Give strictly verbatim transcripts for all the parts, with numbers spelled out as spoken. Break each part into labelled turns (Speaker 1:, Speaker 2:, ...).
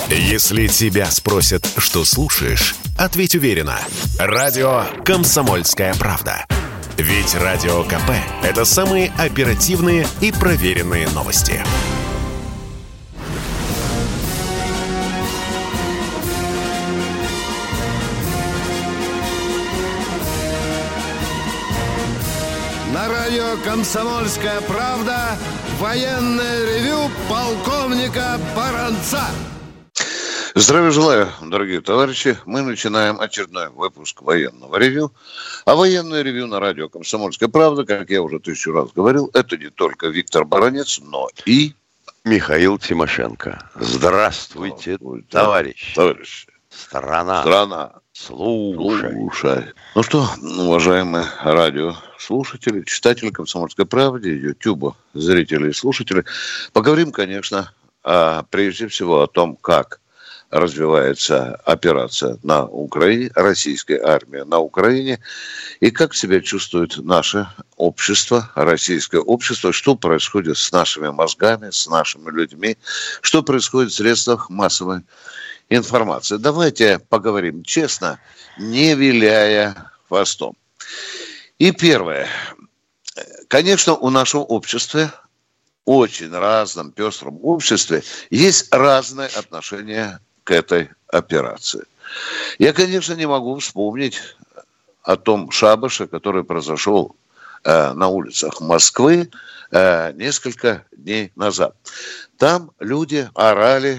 Speaker 1: Если тебя спросят, что слушаешь, ответь уверенно. Радио «Комсомольская правда». Ведь Радио КП – это самые оперативные и проверенные новости.
Speaker 2: На радио «Комсомольская правда» военное ревю полковника Баранца.
Speaker 3: Здравия желаю, дорогие товарищи. Мы начинаем очередной выпуск военного ревю. А военное ревю на радио «Комсомольская правда», как я уже тысячу раз говорил, это не только Виктор Баранец, но и
Speaker 4: Михаил Тимошенко. Здравствуйте, Здравствуйте товарищи.
Speaker 3: товарищи.
Speaker 4: Страна.
Speaker 3: Страна.
Speaker 4: Слушай.
Speaker 3: Слушай. Ну что, уважаемые радиослушатели, читатели «Комсомольской правды», ютуба, зрители и слушатели, поговорим, конечно, о, прежде всего о том, как развивается операция на Украине, российская армия на Украине, и как себя чувствует наше общество, российское общество, что происходит с нашими мозгами, с нашими людьми, что происходит в средствах массовой информации. Давайте поговорим честно, не виляя хвостом. И первое. Конечно, у нашего общества, очень разном, пестром обществе, есть разное отношение к этой операции. Я, конечно, не могу вспомнить о том шабаше, который произошел э, на улицах Москвы э, несколько дней назад. Там люди орали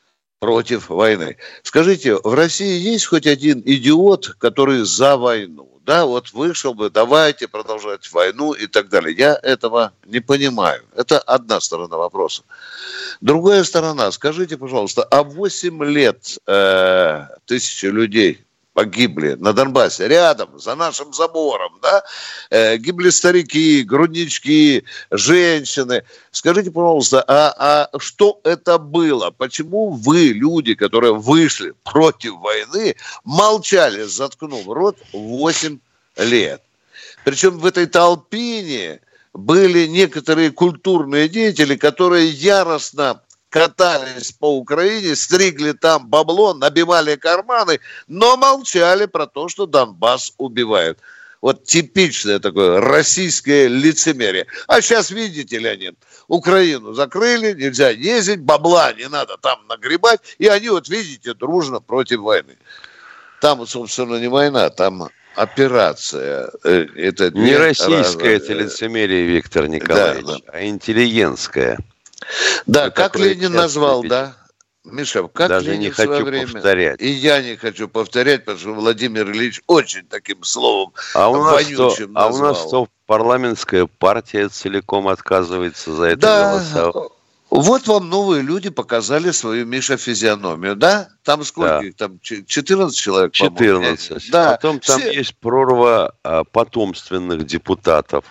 Speaker 3: против войны. Скажите, в России есть хоть один идиот, который за войну? Да, вот вышел бы, давайте продолжать войну и так далее. Я этого не понимаю. Это одна сторона вопроса. Другая сторона, скажите, пожалуйста, а восемь лет э, тысячи людей погибли на Донбассе, рядом, за нашим забором, да, э, гибли старики, груднички, женщины. Скажите, пожалуйста, а, а что это было? Почему вы, люди, которые вышли против войны, молчали, заткнув рот восемь лет? Причем в этой толпине были некоторые культурные деятели, которые яростно катались по Украине, стригли там бабло, набивали карманы, но молчали про то, что Донбасс убивают. Вот типичное такое российское лицемерие. А сейчас, видите, Леонид, Украину закрыли, нельзя ездить, бабла не надо там нагребать, и они, вот видите, дружно против войны. Там, собственно, не война, там операция. Это
Speaker 4: не российское раз... это лицемерие, Виктор Николаевич, да, да. а интеллигентское.
Speaker 3: Да, вот как Ленин назвал, да? Миша, как
Speaker 4: Даже
Speaker 3: Ленин
Speaker 4: не
Speaker 3: в свое
Speaker 4: хочу
Speaker 3: время...
Speaker 4: повторять.
Speaker 3: И я не хочу повторять, потому что Владимир Ильич очень таким словом
Speaker 4: а у нас
Speaker 3: вонючим
Speaker 4: то, назвал. А у нас то парламентская партия целиком отказывается за это
Speaker 3: да,
Speaker 4: голосовать.
Speaker 3: Вот вам новые люди показали свою, Миша, физиономию, да? Там сколько
Speaker 4: да.
Speaker 3: их? Там четырнадцать человек,
Speaker 4: четырнадцать.
Speaker 3: по-моему. Да.
Speaker 4: Потом там Все... есть прорва а, потомственных депутатов.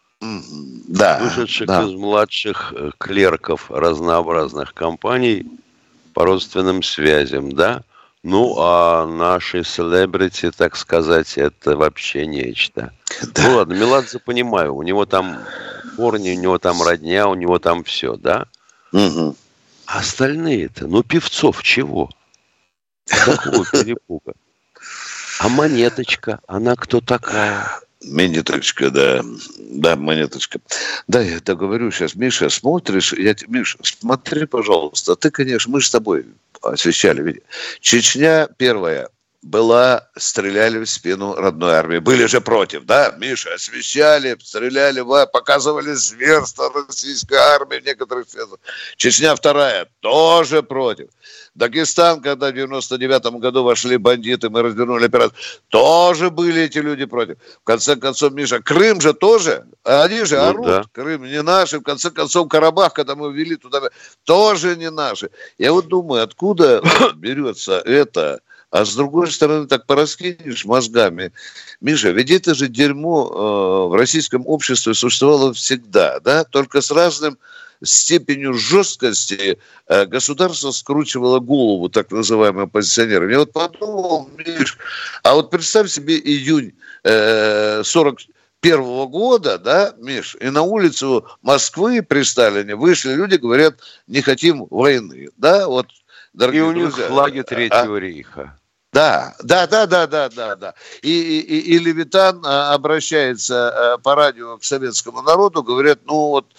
Speaker 3: Да,
Speaker 4: вышедших
Speaker 3: да.
Speaker 4: из младших клерков разнообразных компаний по родственным связям, да? Ну, а наши селебрити, так сказать, это вообще нечто. Да. Ну, ладно, Меладзе понимаю, у него там корни, у него там родня, у него там все, да?
Speaker 3: Угу.
Speaker 4: А остальные-то, ну, Певцов чего? Какого перепуга? А Монеточка, она кто такая?
Speaker 3: Монеточка, да. Да, Монеточка. Да, я так говорю сейчас, Миша, смотришь, я, Миша, смотри, пожалуйста, ты, конечно, мы же с тобой освещали, видишь. Чечня первая была, стреляли в спину родной армии. Были же против, да, Миша, освещали, стреляли, показывали зверство российской армии в некоторых ситуациях. Чечня вторая, тоже против. Дагестан, когда в девяносто девятом году вошли бандиты, мы развернули операцию, тоже были эти люди против. В конце концов, Миша, Крым же тоже, они же ну, орут, да. Крым не наши, в конце концов, Карабах, когда мы ввели туда, тоже не наши. Я вот думаю, откуда берется это... А с другой стороны, так пораскинешь мозгами. Миша, ведь это же дерьмо э, в российском обществе существовало всегда, да? Только с разным степенью жесткости э, государство скручивало голову так называемым оппозиционерам. Я вот подумал, Миш, а вот представь себе июнь э, сорок первого года, да, Миш, и на улицу Москвы при Сталине вышли люди, говорят, не хотим войны, да, вот. дорогие
Speaker 4: И у
Speaker 3: друзья.
Speaker 4: них флаги Третьего а? рейха.
Speaker 3: Да, да, да, да, да, да, да. И, и, и Левитан а, обращается а, по радио к советскому народу, говорят, ну вот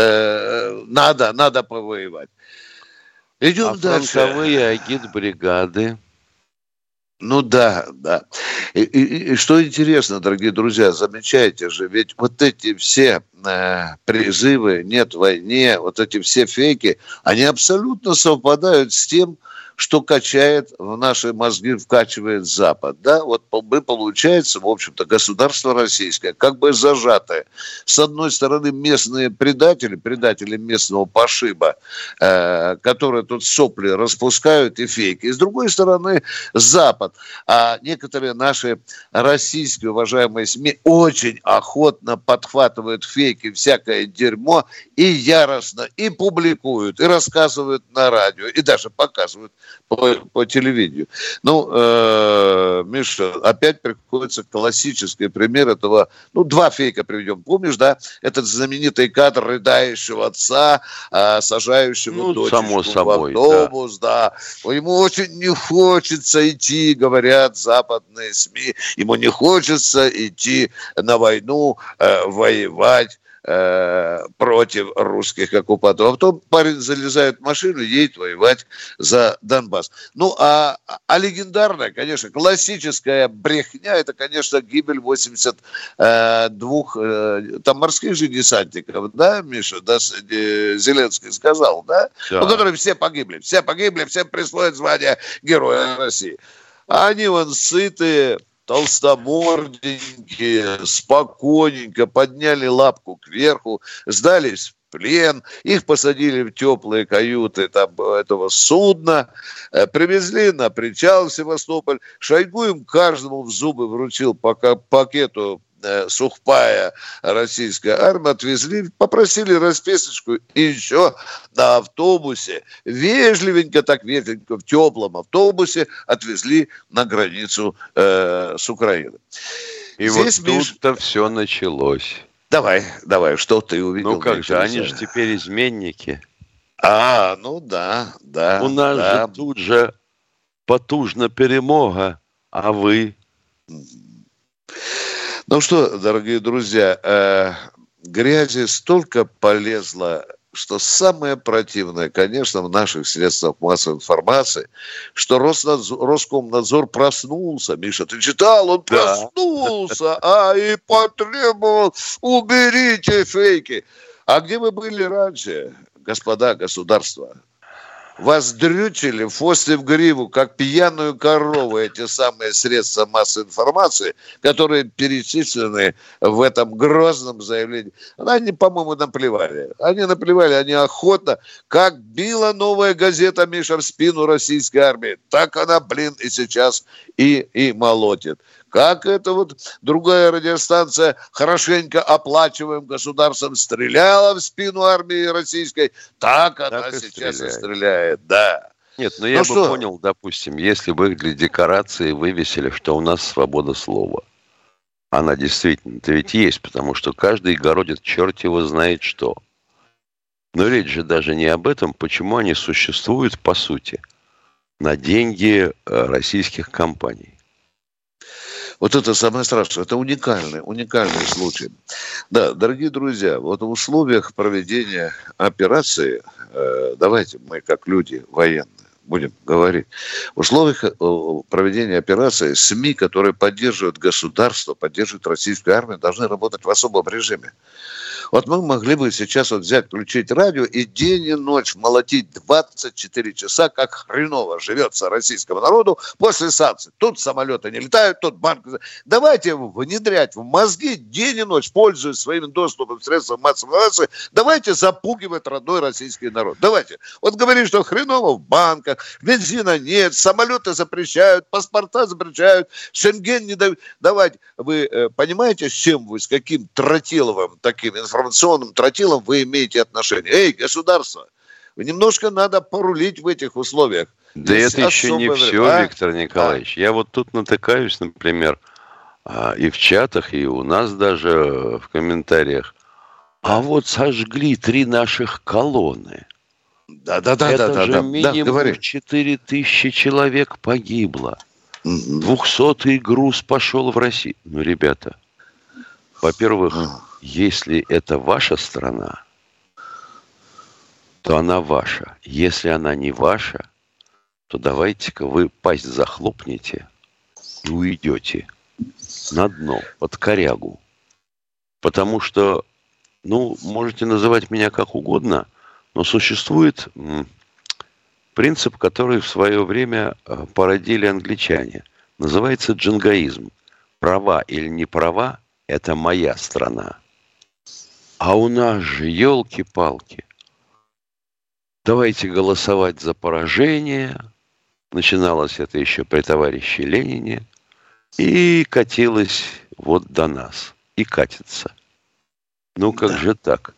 Speaker 3: э, надо, надо повоевать. Идем
Speaker 4: а
Speaker 3: дальше.
Speaker 4: Фронтовые агитбригады.
Speaker 3: Ну да, да. И, и, и что интересно, дорогие друзья, замечайте же, ведь вот эти все э, призывы «нет войне», вот эти все фейки, они абсолютно совпадают с тем, что качает в наши мозги, вкачивает Запад. Да? Вот мы, получается, в общем-то, государство российское, как бы зажатое. С одной стороны, местные предатели, предатели местного пошиба, э, которые тут сопли распускают и фейки. И с другой стороны, Запад. А некоторые наши российские уважаемые СМИ очень охотно подхватывают фейки, всякое дерьмо, и яростно, и публикуют, и рассказывают на радио, и даже показывают По, по телевидению. Ну, э, Миша, опять приходится классический пример этого. Ну, два фейка приведем. Помнишь, да? Этот знаменитый кадр рыдающего отца, э, сажающего ну, дочечку собой, в автобус, да. да. Ему очень не хочется идти, говорят западные СМИ. Ему не хочется идти на войну, э, воевать против русских оккупантов. А потом парень залезает в машину и едет воевать за Донбасс. Ну, а, а легендарная, конечно, классическая брехня, это, конечно, гибель восемьдесят двух э, там морских же десантников, да, Миша, да, Зеленский сказал, да? да. Ну, которые все погибли. Все погибли, всем присвоят звание Героя России. А они вон сытые, толстоморденькие, спокойненько подняли лапку кверху, сдались в плен, их посадили в теплые каюты там, этого судна, привезли на причал в Севастополь. Шойгу им каждому в зубы вручил по пакету сухпая российская армия, отвезли, попросили расписочку, и еще на автобусе, вежливенько, так вежливенько, в теплом автобусе отвезли на границу э, с Украиной.
Speaker 4: И здесь, вот тут-то Миш... все началось.
Speaker 3: Давай, давай, что ты увидел?
Speaker 4: Ну как же, они же теперь изменники.
Speaker 3: А, ну да, да.
Speaker 4: У нас
Speaker 3: да.
Speaker 4: же тут же потужна перемога, а вы...
Speaker 3: Ну что, дорогие друзья, э, грязи столько полезло, что самое противное, конечно, в наших средствах массовой информации, что Роснадзор, Роскомнадзор проснулся. Миша, ты читал? Он да. проснулся, а и потребовал: уберите фейки. А где вы были раньше, господа государства? Вас дрючили в хвосте в гриву, как пьяную корову, эти самые средства массовой информации, которые перечислены в этом грозном заявлении. Они, по-моему, наплевали. Они наплевали, они охотно. Как била Новая газета, Миша, в спину российской армии, так она, блин, и сейчас и, и молотит. Как это вот другая радиостанция, хорошенько оплачиваемым государством, стреляла в спину армии российской, так, так она и сейчас стреляет. и стреляет, да.
Speaker 4: Нет, но я ну бы что? понял, допустим, если бы их для декорации вывесили, что у нас свобода слова. Она действительно-то ведь есть, потому что каждый городит черт его знает что. Но речь же даже не об этом, почему они существуют, по сути, на деньги российских компаний.
Speaker 3: Вот это самое страшное, это уникальный, уникальный случай. Да, дорогие друзья, вот в условиях проведения операции, э, давайте мы как люди военные будем говорить, в условиях э, проведения операции СМИ, которые поддерживают государство, поддерживают российскую армию, должны работать в особом режиме. Вот мы могли бы сейчас вот взять, включить радио и день и ночь молотить двадцать четыре часа, как хреново живется российскому народу после санкций. Тут самолеты не летают, тут банк... Давайте внедрять в мозги день и ночь, пользуясь своим доступом к средствам массовой информации, давайте запугивать родной российский народ. Давайте. Вот говорит, что хреново в банках, бензина нет, самолеты запрещают, паспорта запрещают, Шенген не дают. Давайте. Вы э, понимаете, с чем вы, с каким тротиловым таким информацией, информационным тротилом вы имеете отношение. Эй, государство, немножко надо порулить в этих условиях.
Speaker 4: Да Здесь это еще не все, а? Виктор Николаевич. А? Я вот тут натыкаюсь, например, и в чатах, и у нас даже в комментариях. А вот сожгли три наших колонны.
Speaker 3: Да, да, да,
Speaker 4: Это
Speaker 3: да, да,
Speaker 4: же
Speaker 3: да,
Speaker 4: минимум
Speaker 3: да,
Speaker 4: четыре тысячи человек погибло. Двухсотый груз пошел в Россию. Ну, ребята, во-первых, если это ваша страна, то она ваша. Если она не ваша, то давайте-ка вы пасть захлопнете и уйдете на дно, под корягу. Потому что, ну, можете называть меня как угодно, но существует м, принцип, который в свое время породили англичане. Называется джингоизм. Права или не права – это моя страна. А у нас же, елки-палки, давайте голосовать за поражение. Начиналось это еще при товарище Ленине. И катилось вот до нас. И катится. Ну, как да. же так?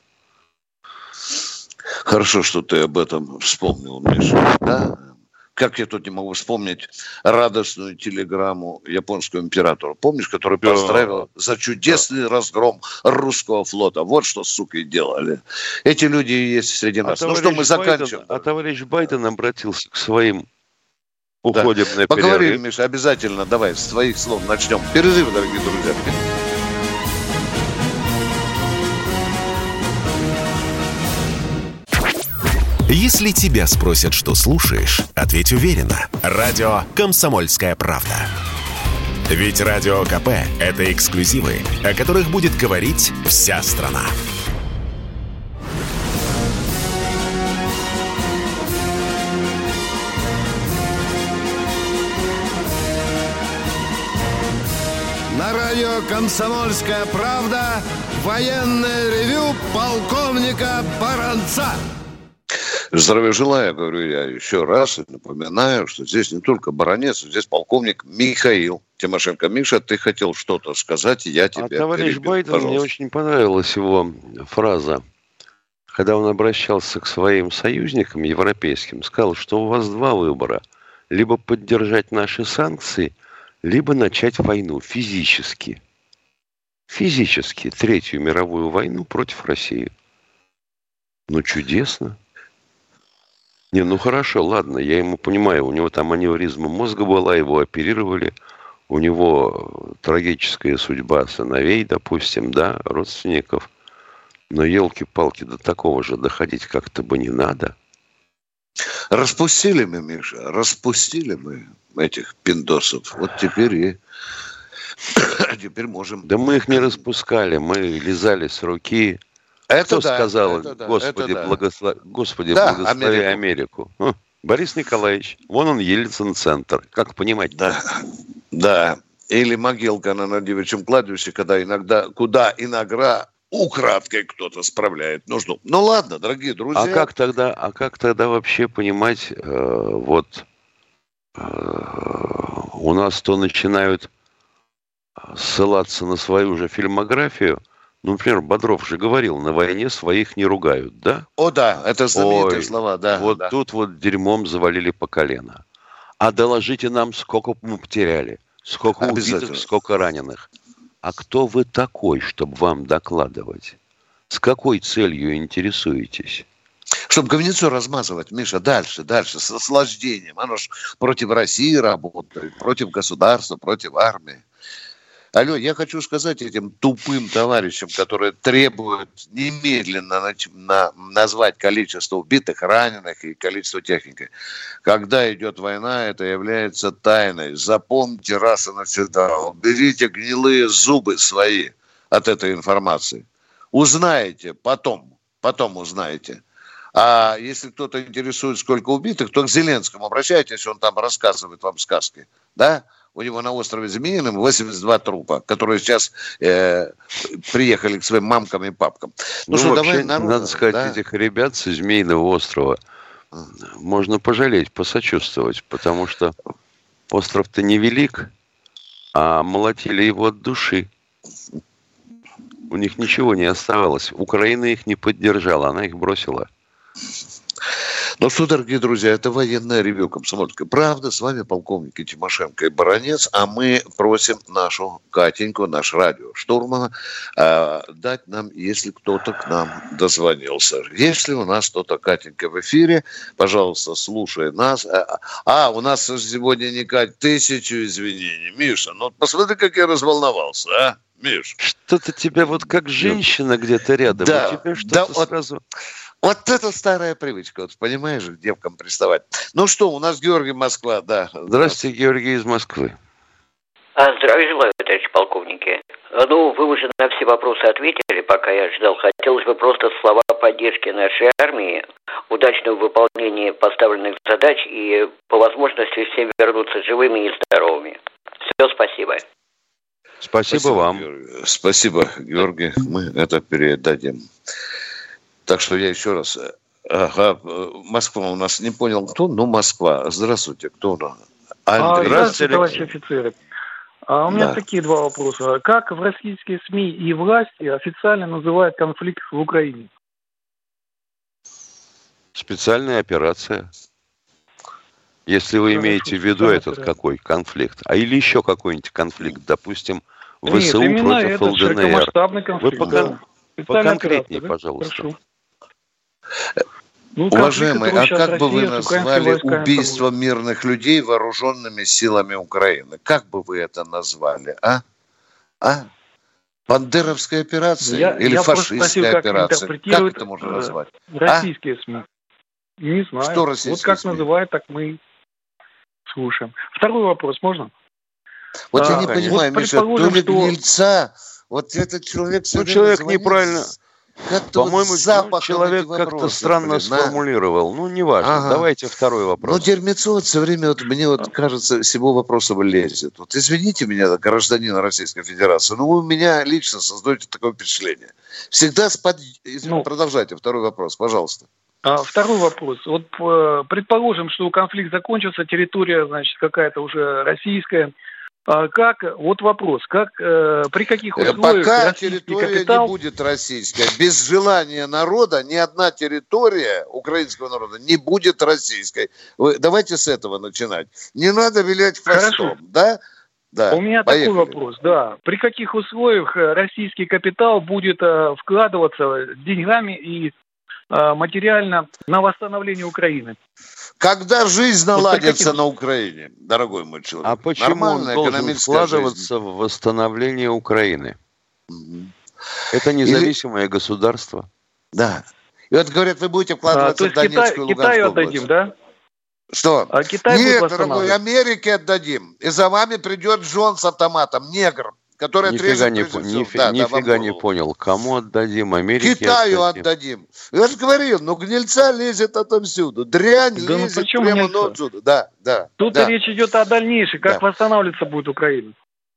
Speaker 3: Хорошо, что ты об этом вспомнил, Миша. Да? Как я тут не могу вспомнить радостную телеграмму японскому императору. Помнишь, который да. поздравил за чудесный да. разгром русского флота? Вот что, суки, делали. Эти люди есть среди нас. А ну что, мы заканчиваем.
Speaker 4: Байден, а товарищ Байден обратился к своим уходим да. на
Speaker 3: Поговорим,
Speaker 4: перерыв.
Speaker 3: Миша, обязательно. Давай, с твоих слов начнем. Перерыв, дорогие друзья.
Speaker 1: Если тебя спросят, что слушаешь, ответь уверенно. Радио «Комсомольская правда». Ведь Радио КП – это эксклюзивы, о которых будет говорить вся страна.
Speaker 2: На радио «Комсомольская правда» военное ревю полковника Баранца.
Speaker 3: Здравия желаю, говорю я еще раз и напоминаю, что здесь не только баронец, здесь полковник Михаил Тимошенко. Миша, ты хотел что-то сказать, я тебе
Speaker 4: а товарищ
Speaker 3: перебил.
Speaker 4: Байден,
Speaker 3: Пожалуйста.
Speaker 4: Мне очень понравилась его фраза, когда он обращался к своим союзникам европейским, сказал, что у вас два выбора. Либо поддержать наши санкции, либо начать войну физически. Физически. Третью мировую войну против России. Ну, чудесно. Не, ну хорошо, ладно, я ему понимаю, у него там аневризма мозга была, его оперировали, у него трагическая судьба сыновей, допустим, да, родственников, но елки-палки, до такого же доходить как-то бы не надо.
Speaker 3: Распустили мы, Миша, распустили мы этих пиндосов, вот теперь и теперь можем...
Speaker 4: Да мы их не распускали, мы лизали с руки...
Speaker 3: Это
Speaker 4: Кто
Speaker 3: да,
Speaker 4: сказал,
Speaker 3: это да,
Speaker 4: Господи,
Speaker 3: это да.
Speaker 4: благослови, Господи
Speaker 3: да,
Speaker 4: благослови
Speaker 3: Америку.
Speaker 4: Америку. Борис Николаевич, вон он, Ельцин-центр. Как понимать?
Speaker 3: Да, да. Или могилка на Надевичьем кладбище, когда иногда, куда иногда украдкой кто-то справляет нужду. Ну ладно, дорогие друзья.
Speaker 4: А как тогда, а как тогда вообще понимать, э, вот э, у нас то начинают ссылаться на свою же фильмографию. Ну, например, Бодров же говорил, на войне своих не ругают, да?
Speaker 3: О, да, это знаменитые
Speaker 4: Ой,
Speaker 3: слова, да.
Speaker 4: Вот
Speaker 3: да.
Speaker 4: тут вот дерьмом завалили по колено. А доложите нам, сколько мы потеряли, сколько убитых, сколько раненых. А кто вы такой, чтобы вам докладывать? С какой целью интересуетесь?
Speaker 3: Чтобы говнецо размазывать, Миша, дальше, дальше, с наслаждением. Оно ж против России работает, против государства, против армии. Алло, я хочу сказать этим тупым товарищам, которые требуют немедленно нач- на- назвать количество убитых, раненых и количество техники. Когда идет война, это является тайной. Запомните раз и навсегда. Уберите гнилые зубы свои от этой информации. Узнаете потом, потом узнаете. А если кто-то интересует, сколько убитых, то к Зеленскому обращайтесь, он там рассказывает вам сказки, да? У него на острове Змеином восемьдесят два трупа, которые сейчас э, приехали к своим мамкам и папкам. Ну,
Speaker 4: ну
Speaker 3: что,
Speaker 4: вообще,
Speaker 3: давай народ,
Speaker 4: надо сказать,
Speaker 3: да?
Speaker 4: этих ребят с Змеиного острова можно пожалеть, посочувствовать, потому что остров-то невелик, а молотили его от души. У них ничего не оставалось. Украина их не поддержала, она их бросила.
Speaker 3: Ну что, дорогие друзья, это военное ревью «Комсомольской правды». С вами полковники Тимошенко и Баранец. А мы просим нашу Катеньку, наш радиоштурмана, э, дать нам, если кто-то к нам дозвонился. Если у нас кто-то, Катенька, в эфире, пожалуйста, слушай нас. А, у нас сегодня не Кать, тысячу извинений. Миша, ну посмотри, как я разволновался, а? Миш.
Speaker 4: Что-то тебя вот как женщина где-то рядом.
Speaker 3: Да,
Speaker 4: у тебя что-то
Speaker 3: да, вот,
Speaker 4: сразу...
Speaker 3: Вот это старая привычка, вот понимаешь, к девкам приставать. Ну что, у нас Георгий, Москва, да.
Speaker 4: Здравствуйте, Георгий из Москвы.
Speaker 5: Здравия желаю, товарищи полковники. Ну, вы уже на все вопросы ответили, пока я ждал. Хотелось бы просто слова поддержки нашей армии, удачного выполнения поставленных задач и по возможности всем вернуться живыми и здоровыми. Все, спасибо.
Speaker 4: Спасибо, Спасибо вам.
Speaker 3: Георгий. Спасибо, Георгий. Мы это передадим. Так что я еще раз... Ага, Москва у нас не понял, кто? Ну, Москва. Здравствуйте, кто у нас?
Speaker 6: Андрей. Здравствуйте, товарищи офицеры. А у меня
Speaker 3: да.
Speaker 6: такие два вопроса. Как в российские СМИ и власти официально называют конфликт в Украине?
Speaker 4: Специальная операция. Если вы Хорошо, имеете в виду этот операция. Какой конфликт. А или еще какой-нибудь конфликт, допустим, ВСУ
Speaker 6: Нет,
Speaker 4: против ЛДНР.
Speaker 6: Конфликт,
Speaker 4: вы пока...
Speaker 6: да.
Speaker 4: поконкретнее,
Speaker 6: операция,
Speaker 4: пожалуйста.
Speaker 6: Хорошо. Ну,
Speaker 3: уважаемый, а как бы вы назвали убийство мирных людей вооруженными силами Украины? Как бы вы это назвали, а? А? Бандеровская операция
Speaker 6: я,
Speaker 3: или
Speaker 6: я
Speaker 3: фашистская
Speaker 6: спросил,
Speaker 3: операция? Как это можно назвать?
Speaker 6: Российские а? СМИ. Не знаю.
Speaker 3: Что российские
Speaker 6: Вот как
Speaker 3: СМИ?
Speaker 6: называют, так мы слушаем. Второй вопрос можно?
Speaker 3: Вот
Speaker 6: а,
Speaker 3: я не понимаю, вот Миша, то ли что... гнильца, вот этот человек...
Speaker 4: Ну, человек неправильно... По-моему,
Speaker 3: вот
Speaker 4: человек как-то странно блин, сформулировал. На... Ну, неважно. Ага. Давайте второй вопрос.
Speaker 3: Ну, Дермицов все время, вот, мне вот кажется, с его вопросом лезет. Вот извините меня, гражданин Российской Федерации, но вы у меня лично создаете такое впечатление. Всегда спод... ну, продолжайте, второй вопрос, пожалуйста.
Speaker 6: А, второй вопрос. Вот предположим, что конфликт закончился, территория, значит, какая-то уже российская. А как, вот вопрос, как, э, при каких условиях
Speaker 3: пока территория
Speaker 6: капитал...
Speaker 3: не будет российская, без желания народа ни одна территория украинского народа не будет российской. Вы, давайте с этого начинать. Не надо вилять хвостом,
Speaker 6: Хорошо.
Speaker 3: да? Да.
Speaker 6: У меня поехали. Такой вопрос, да. При каких условиях российский капитал будет э, вкладываться деньгами и э, материально на восстановление Украины? Когда
Speaker 3: жизнь наладится вот на Украине, дорогой мой человек.
Speaker 4: А почему он должен вкладываться жизнь? В восстановление Украины? Угу. Это независимое Или... государство.
Speaker 3: Да. И вот говорят, вы будете вкладываться а, в Донецкую и Луганскую
Speaker 6: Китаю отдадим, да?
Speaker 3: Что?
Speaker 6: А Китай
Speaker 3: Нет, дорогой, Америке отдадим. И за вами придет Джон с автоматом, негр, который
Speaker 4: нифига не, по, нифи, да, нифига да, не понял. Кому отдадим? Америке
Speaker 3: Китаю отдадим. отдадим. Я же говорил, ну гнильца лезет отовсюду. Дрянь да, лезет ну, прямо на отсюда. Да, да.
Speaker 6: Тут
Speaker 3: да.
Speaker 6: речь идет о дальнейшем. Как да. восстанавливаться будет Украина?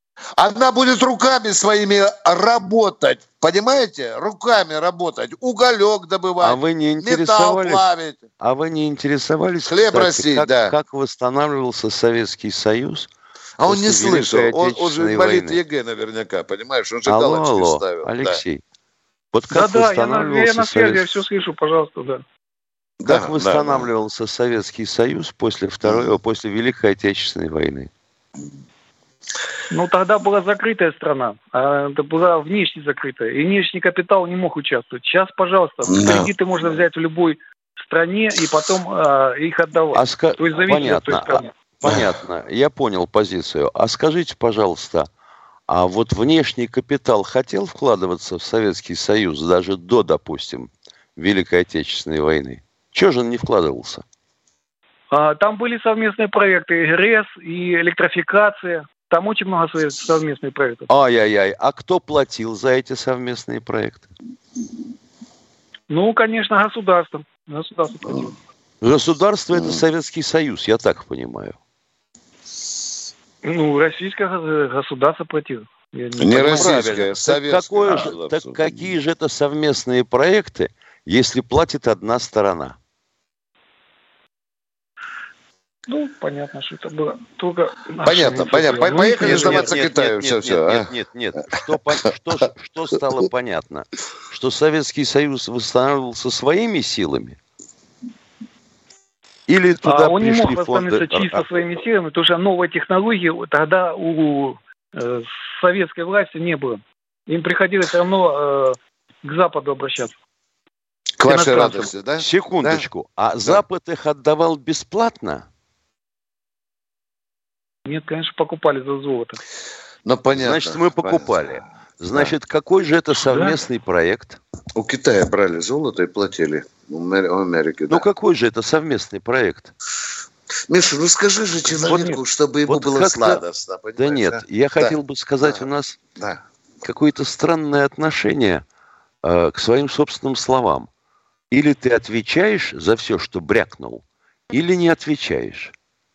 Speaker 3: Она будет руками своими работать. Понимаете? Руками работать. Уголек добывать.
Speaker 4: А вы не интересовались? Металл плавить. А вы не интересовались?
Speaker 3: Хлеб
Speaker 4: кстати,
Speaker 3: растить,
Speaker 4: как,
Speaker 3: да.
Speaker 4: Как восстанавливался Советский Союз?
Speaker 3: А он не слышал, он, он же инвалид ЕГЭ наверняка, понимаешь, он же
Speaker 4: алло,
Speaker 3: галочки
Speaker 4: алло,
Speaker 3: ставил.
Speaker 4: Алексей,
Speaker 3: да.
Speaker 4: вот как
Speaker 6: да,
Speaker 4: восстанавливался
Speaker 6: да, я на, я на связи,
Speaker 4: Совет...
Speaker 6: я все слышу, пожалуйста, да.
Speaker 4: Как
Speaker 3: да,
Speaker 4: восстанавливался да, да. Советский Союз после, второй, mm. после Великой Отечественной войны?
Speaker 6: Ну, тогда была закрытая страна, а это была внешне закрытая, и внешний капитал не мог участвовать. Сейчас, пожалуйста, no. кредиты можно взять в любой стране и потом а, их отдавать.
Speaker 4: А ска...
Speaker 6: То есть зависит от той страны.
Speaker 4: Понятно, я понял позицию. А скажите, пожалуйста, а вот внешний капитал хотел вкладываться в Советский Союз даже до, допустим, Великой Отечественной войны? Чего же он не вкладывался?
Speaker 6: А, там были совместные проекты, и ГРЭС, и электрификация. Там очень много совместных проектов.
Speaker 4: Ай-яй-яй, а кто платил за эти совместные проекты?
Speaker 6: Ну, конечно, государство. Государство платило.
Speaker 4: Государство – это Советский Союз, я так понимаю.
Speaker 6: Ну, российское государство платило.
Speaker 3: Не, не российское, советское.
Speaker 4: Так, же, так какие же это совместные проекты, если платит одна сторона?
Speaker 6: Ну, понятно, что это было. Только
Speaker 3: понятно, понятно. Ну, поехали сдаваться Китаю.
Speaker 4: Нет,
Speaker 3: все,
Speaker 4: нет,
Speaker 3: все,
Speaker 4: нет,
Speaker 3: а?
Speaker 4: нет, нет. Что, что, что стало понятно? Что Советский Союз восстанавливался своими силами? Или туда
Speaker 6: а он не
Speaker 4: пришли
Speaker 6: мог
Speaker 4: фонды...
Speaker 6: восстановиться чисто своими силами, потому что новой технологии тогда у э, советской власти не было. Им приходилось все равно э, к Западу обращаться.
Speaker 3: К вашей радости, да?
Speaker 4: Секундочку.
Speaker 3: Да?
Speaker 4: А да. Запад их отдавал бесплатно?
Speaker 6: Нет, конечно, покупали за золото.
Speaker 3: Ну, понятно.
Speaker 4: Значит, мы покупали.
Speaker 3: Понятно.
Speaker 4: Значит, да. Какой же это совместный да. проект?
Speaker 3: У Китая брали золото и платили. У Америки, да.
Speaker 4: Ну, какой же это совместный проект?
Speaker 3: Миша, ну скажи же человеку, вот, чтобы ему вот было сладостно.
Speaker 4: Да нет, а? я да. хотел бы сказать, да. у нас да. какое-то странное отношение э, к своим собственным словам. Или ты отвечаешь за все, что брякнул, или не отвечаешь.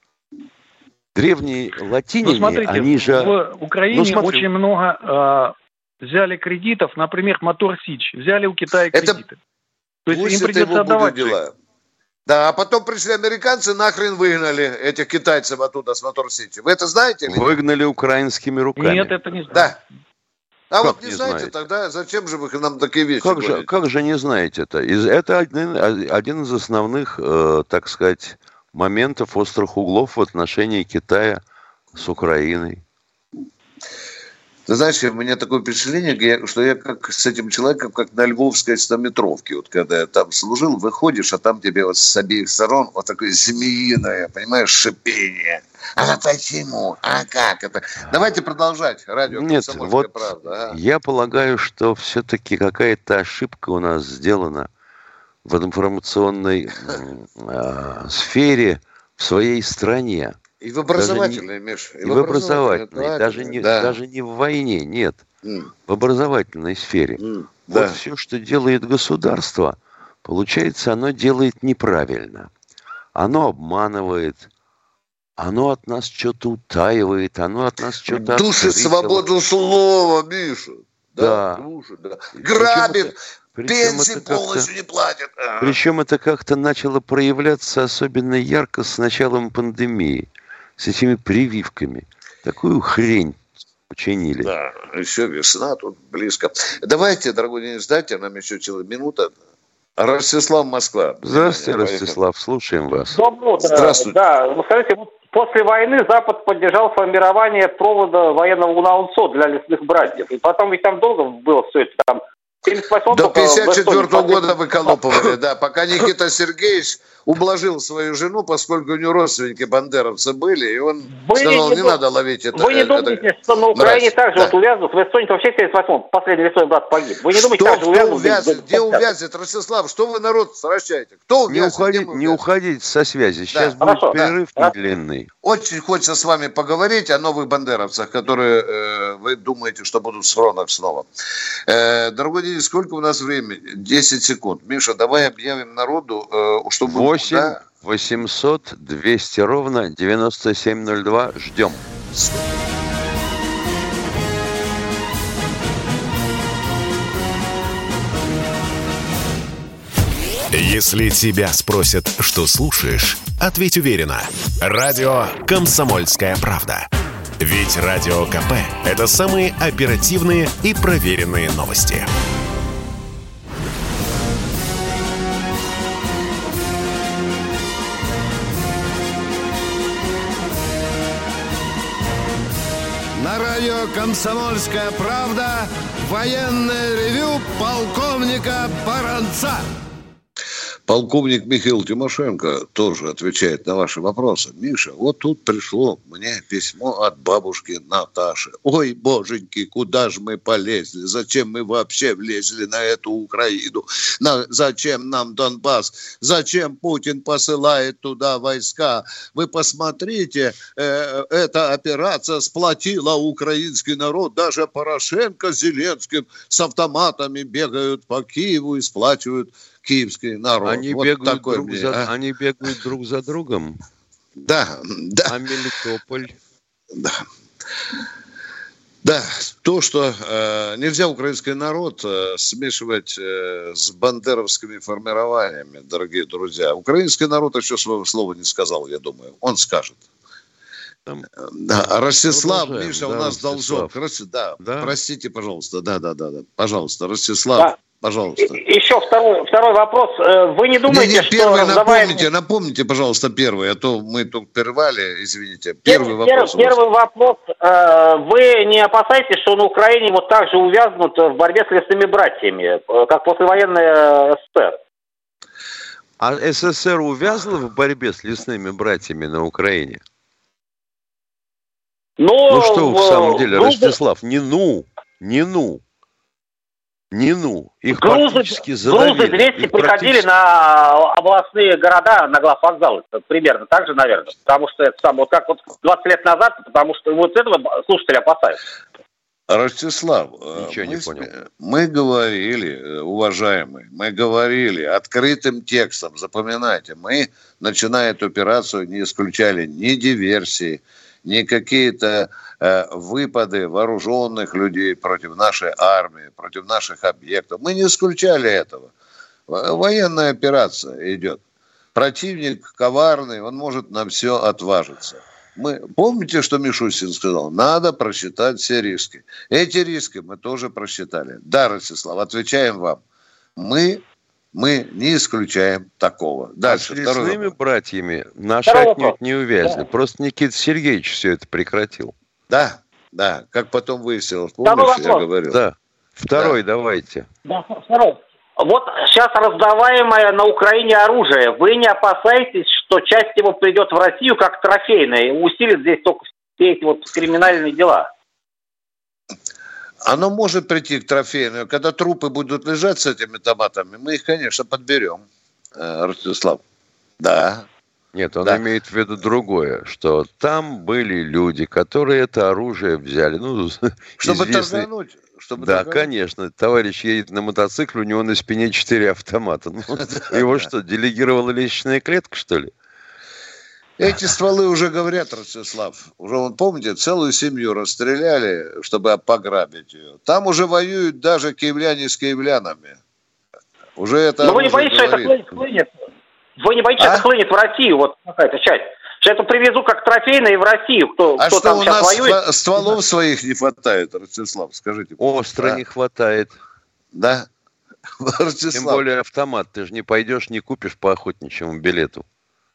Speaker 4: Древние латиняне,
Speaker 6: ну, смотрите,
Speaker 4: они же...
Speaker 6: в Украине ну, очень много э, взяли кредитов, например, Мотор Сич. Взяли у Китая кредиты.
Speaker 3: Это... То есть им придется отдавать. Да, а потом пришли американцы, нахрен выгнали этих китайцев оттуда с Мотор Сити. Вы это знаете? Или?
Speaker 4: Выгнали украинскими руками.
Speaker 6: Нет, это не знаю.
Speaker 3: Да. А
Speaker 4: как
Speaker 3: вот не,
Speaker 4: не
Speaker 3: знаете,
Speaker 4: знаете?
Speaker 3: Тогда зачем же вы нам такие вещи
Speaker 4: как
Speaker 3: говорите?
Speaker 4: же, как же не знаете это? Это один, один из основных, э, так сказать, моментов острых углов в отношении Китая с Украиной.
Speaker 3: Ты знаешь, у меня такое впечатление, что я как с этим человеком, как на Львовской стометровке, вот когда я там служил, выходишь, а там тебе вот с обеих сторон вот такое змеиное, понимаешь, шипение. А почему? А как это? Давайте продолжать. Радио
Speaker 4: Нет, вот
Speaker 3: правда. А?
Speaker 4: Я полагаю, что все-таки какая-то ошибка у нас сделана в информационной э, сфере в своей стране.
Speaker 3: И в образовательной, Миша.
Speaker 4: И, и в образовательной, образовательной даже, не, да. даже не в войне, нет. Mm. В образовательной сфере. Mm. Вот да. все, что делает государство, получается, оно делает неправильно. Оно обманывает, оно от нас что-то утаивает, оно от нас что-то...
Speaker 3: Душит свободу слова, Миша. Да. да. Душит, да. Грабит. Пенсии полностью не платят. А.
Speaker 4: Причем это как-то начало проявляться особенно ярко с началом пандемии. С этими прививками. Такую хрень учинили.
Speaker 3: Да, еще весна тут близко. Давайте, дорогой Денис, дайте нам еще целая минута. Ростислав, Москва.
Speaker 4: Здравствуйте, Ростислав, слушаем вас.
Speaker 7: Доброе утро.
Speaker 3: Здравствуйте.
Speaker 7: Да, вы скажите, после войны Запад поддержал формирование провода военного УНАУНСО для лесных братьев. И потом ведь там долго было все это там.
Speaker 3: До пятьдесят четвёртого года выколупывали, да, пока Никита Сергеевич ублажил свою жену, поскольку у него родственники бандеровцы были, и он вы сказал, не, не надо ловить это.
Speaker 7: Вы не
Speaker 3: это,
Speaker 7: думаете,
Speaker 3: это,
Speaker 7: что на Украине
Speaker 3: брать,
Speaker 7: также
Speaker 3: да.
Speaker 7: вот увязнут? В Эстонии вообще в семьдесят восьмом последний весной брат погиб. Вы не думаете,
Speaker 3: что,
Speaker 7: также увязнут?
Speaker 3: увязнет? Где увязнет, Ростислав? Что вы народ сращаете? Кто увязнет?
Speaker 4: Не уходить, не уходить со связи. Сейчас да. будет Хорошо, перерыв да. длинный.
Speaker 3: Очень хочется с вами поговорить о новых бандеровцах, которые э, вы думаете, что будут в схронах снова. Э, дорогой Денис, сколько у нас времени? десять секунд. Миша, давай объявим народу, э, чтобы...
Speaker 4: восемь восемьсот двести ровно девяносто семь ноль два. Ждем.
Speaker 1: Если тебя спросят, что слушаешь, ответь уверенно. Радио «Комсомольская правда». Ведь Радио КП – это самые оперативные и проверенные новости.
Speaker 2: На радио «Комсомольская правда» военное ревю полковника Баранца.
Speaker 3: Полковник Михаил Тимошенко тоже отвечает на ваши вопросы. Миша, вот тут пришло мне письмо от бабушки Наташи. Ой, боженьки, куда же мы полезли? Зачем мы вообще влезли на эту Украину? На, зачем нам Донбасс? Зачем Путин посылает туда войска? Вы посмотрите, э, эта операция сплотила украинский народ. Даже Порошенко с Зеленским с автоматами бегают по Киеву и сплачивают киевский народ.
Speaker 4: Они,
Speaker 3: вот
Speaker 4: бегают
Speaker 3: такой
Speaker 4: друг
Speaker 3: мне,
Speaker 4: за,
Speaker 3: а?
Speaker 4: они бегают друг за другом.
Speaker 3: Да, да.
Speaker 4: А Мелитополь?
Speaker 3: Да. Да, то, что э, нельзя украинский народ э, смешивать э, с бандеровскими формированиями, дорогие друзья. Украинский народ еще своего слова не сказал, я думаю. Он скажет. Там... Да, Ростислав, Миша, да, у нас должок. Да. Да, простите, пожалуйста. Да, да, да, да. Пожалуйста, Ростислав.
Speaker 7: Да.
Speaker 3: Пожалуйста.
Speaker 7: Еще второй, второй вопрос. Вы не думаете,
Speaker 3: не, не,
Speaker 7: что...
Speaker 3: Первый
Speaker 7: раздаваем...
Speaker 3: напомните, напомните, пожалуйста, первый, а то мы тут прервали, извините. Первый
Speaker 7: Пер,
Speaker 3: вопрос.
Speaker 7: Первый вопрос. Вы не опасаетесь, что на Украине вот так же увязнут в борьбе с лесными братьями, как послевоенная СССР?
Speaker 4: А СССР увязла в борьбе с лесными братьями на Украине?
Speaker 7: Но
Speaker 4: ну что
Speaker 7: в,
Speaker 4: в самом деле,
Speaker 7: грузы,
Speaker 4: Ростислав, не ну, не ну, не ну. Их
Speaker 7: грузы,
Speaker 4: практически задавили.
Speaker 7: Грузы двести
Speaker 4: Их
Speaker 7: приходили
Speaker 4: практически...
Speaker 7: на областные города, на главвокзалы. Примерно так же, наверное. Потому что это сам, вот как вот двадцать лет назад, потому что вот этого слушатели опасаются.
Speaker 3: Ростислав,
Speaker 4: Ничего
Speaker 3: мы,
Speaker 4: не понял.
Speaker 3: мы говорили, уважаемые, мы говорили открытым текстом, запоминайте, мы, начиная эту операцию, не исключали ни диверсии, ни какие-то э, выпады вооруженных людей против нашей армии, против наших объектов. Мы не исключали этого. Военная операция идет. Противник коварный, он может на все отважиться. Мы, помните, что Мишустин сказал? Надо просчитать все риски. Эти риски мы тоже просчитали. Да, Ростислав, отвечаем вам. Мы, мы не исключаем такого. Дальше.
Speaker 4: А с лесными братьями наши
Speaker 7: Второй
Speaker 4: отнюдь
Speaker 7: вопрос.
Speaker 4: не увязли.
Speaker 7: Да.
Speaker 4: Просто Никита Сергеевич все это прекратил.
Speaker 3: Да, да. Как потом выяснилось.
Speaker 7: Второй
Speaker 3: Помнишь, я
Speaker 7: вопрос.
Speaker 3: говорил?
Speaker 4: Да. Второй
Speaker 3: Да.
Speaker 4: давайте.
Speaker 7: Да, второй. Вот сейчас раздаваемое на Украине оружие. Вы не опасаетесь, что часть его придет в Россию как трофейное и усилит здесь только все эти вот криминальные дела?
Speaker 3: Оно может прийти к трофейному. Когда трупы будут лежать с этими томатами, мы их, конечно, подберем, Ростислав. Да.
Speaker 4: Нет, он
Speaker 3: Да.
Speaker 4: имеет в виду другое, что там были люди, которые это оружие взяли. Ну,
Speaker 3: Чтобы
Speaker 4: известный...
Speaker 3: торгануть. Чтобы
Speaker 4: Да,
Speaker 3: торгануть.
Speaker 4: конечно. Товарищ едет на мотоцикле, у него на спине четыре автомата. Ну, его что, делегировала лестничная клетка, что ли?
Speaker 3: Эти стволы уже говорят, Ростислав. Уже, вон, помните, целую семью расстреляли, чтобы пограбить ее. Там уже воюют даже киевляне с киевлянами. Уже это
Speaker 7: Но вы не
Speaker 3: оружие
Speaker 7: боитесь, что это
Speaker 3: говорит.
Speaker 7: хлынет? Вы не боитесь, что
Speaker 3: А?
Speaker 7: это хлынет в Россию, вот какая-то часть? Что это привезу как трофейное в Россию, кто,
Speaker 3: А
Speaker 7: кто
Speaker 3: что,
Speaker 7: там
Speaker 3: у
Speaker 7: сейчас
Speaker 3: нас
Speaker 7: воюет?
Speaker 3: ства- стволов своих не хватает, Ростислав, скажите.
Speaker 4: Остро
Speaker 3: А?
Speaker 4: не хватает.
Speaker 3: Да?
Speaker 4: Тем
Speaker 3: Ростислав.
Speaker 4: более автомат. Ты же не пойдешь, не купишь по охотничьему билету.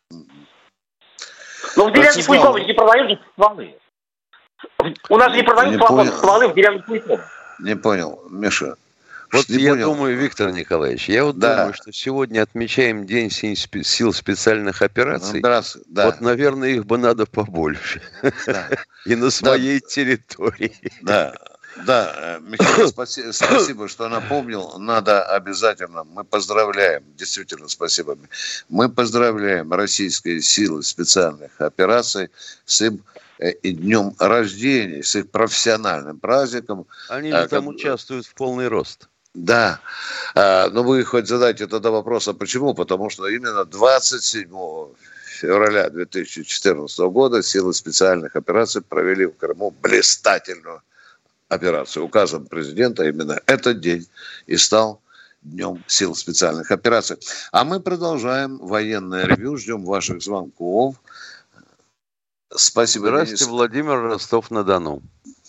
Speaker 7: Ну, в деревне
Speaker 3: Ростислав.
Speaker 7: Куликово не продают же стволы. У нас не продают
Speaker 3: Не
Speaker 7: стволы,
Speaker 3: понял.
Speaker 7: стволы в деревне Куликово.
Speaker 3: Не понял, Миша.
Speaker 4: Вот
Speaker 3: Не
Speaker 4: я
Speaker 3: понял.
Speaker 4: думаю, Виктор Николаевич, я вот
Speaker 3: Да.
Speaker 4: думаю, что сегодня отмечаем День сил специальных операций.
Speaker 3: Раз, да,
Speaker 4: Вот, наверное, их бы надо побольше.
Speaker 3: да,
Speaker 4: И на своей территории.
Speaker 3: да, да, Михаил, спаси- спасибо, что напомнил. Надо обязательно. Мы поздравляем, действительно, спасибо. Мы поздравляем российские силы специальных операций с им э, и днем рождения, с их профессиональным праздником.
Speaker 4: Они
Speaker 3: А,
Speaker 4: же там
Speaker 3: как-
Speaker 4: участвуют в полный рост.
Speaker 3: Да, а, но вы хоть задайте тогда вопрос, а почему? Потому что именно двадцать седьмого февраля две тысячи четырнадцатого года силы специальных операций провели в Крыму блистательную операцию. Указом президента именно этот день и стал Днем сил специальных операций. А мы продолжаем военное ревью, ждем ваших звонков. Спасибо,
Speaker 4: Здравствуйте,
Speaker 3: Денис.
Speaker 4: Владимир, Ростов-на-Дону.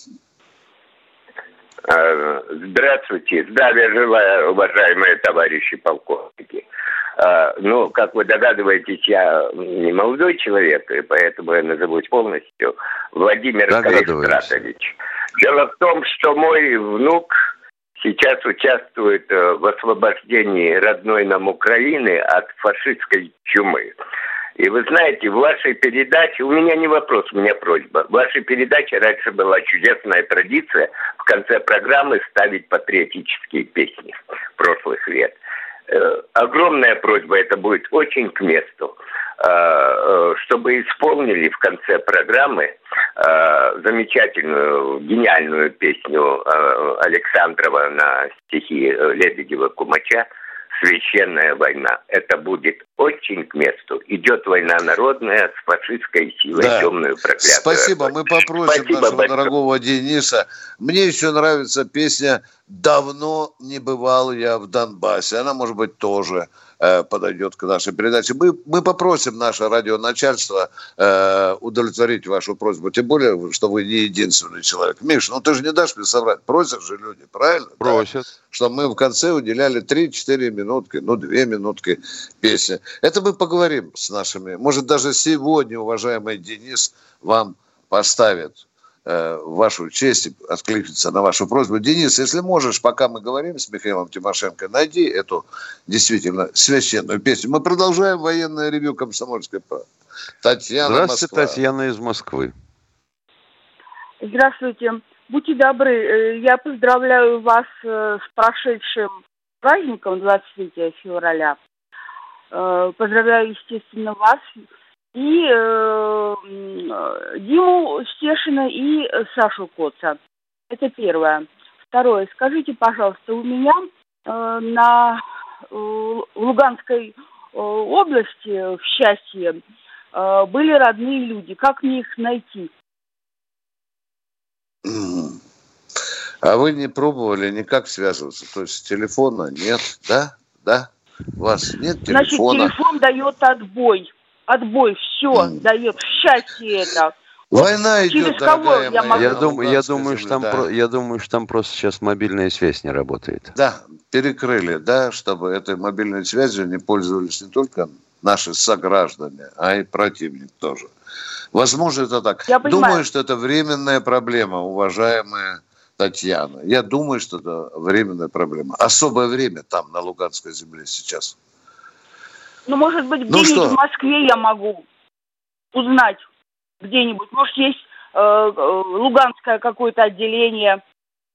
Speaker 8: Здравствуйте. Здравия желаю, уважаемые товарищи полковники. Ну, как вы догадываетесь, я не молодой человек, и поэтому я назовусь полностью Владимир Калистратович. Дело в том, что мой внук сейчас участвует в освобождении родной нам Украины от фашистской чумы. И вы знаете, в вашей передаче, у меня не вопрос, у меня просьба. В вашей передаче раньше была чудесная традиция в конце программы ставить патриотические песни прошлых лет. Э, огромная просьба, это будет очень к месту, э, э, чтобы исполнили в конце программы э, замечательную, гениальную песню э, Александрова на стихи Лебедева-Кумача «Священная война». Это будет очень к месту. Идет война народная с фашистской силой, да. Темную проклятую.
Speaker 3: Спасибо, мы попросим Спасибо нашего большое. Дорогого Дениса. Мне еще нравится песня «Давно не бывал я в Донбассе». Она, может быть, тоже э, подойдет к нашей передаче. Мы, мы попросим наше радионачальство э, удовлетворить вашу просьбу. Тем более, что вы не единственный человек. Миш, ну ты же не дашь мне соврать. Просят же люди, правильно?
Speaker 4: Просят. Да?
Speaker 3: Чтобы мы в конце уделяли три-четыре минутки, ну, две минутки песни. Это мы поговорим с нашими. Может, даже сегодня, уважаемый Денис, вам поставит э, вашу честь и откликнется на вашу просьбу. Денис, если можешь, пока мы говорим с Михаилом Тимошенко, найди эту действительно священную песню. Мы продолжаем военное ревью «Комсомольской правды». Татьяна,
Speaker 4: Здравствуйте,
Speaker 3: Москва.
Speaker 4: Татьяна из Москвы.
Speaker 9: Здравствуйте. Будьте добры, я поздравляю вас с прошедшим праздником двадцать третьего февраля. Поздравляю, естественно, вас и э, Диму Стешина и Сашу Коца. Это первое. Второе. Скажите, пожалуйста, у меня э, на э, Луганской э, области, в Счастье, э, были родные люди. Как мне их найти?
Speaker 3: А вы не пробовали никак связываться? То есть телефона нет, да? Да? У вас нет телефона?
Speaker 9: Значит, телефон дает отбой. Отбой, все mm. дает. Счастье это.
Speaker 3: Война идет,
Speaker 9: через кого я могу?
Speaker 4: Я, дум, я, думаю, что там да. про, я думаю, что там просто сейчас мобильная связь не работает.
Speaker 3: Да, перекрыли, да, чтобы этой мобильной связью не пользовались не только наши сограждане, а и противник тоже. Возможно, это так. Я думаю, что это временная проблема, уважаемая Татьяна. Я думаю, что это временная проблема. Особое время там, на Луганской земле сейчас.
Speaker 9: Ну, может быть, где-нибудь ну, в Москве я могу узнать. Где-нибудь. Может, есть э, Луганское какое-то отделение.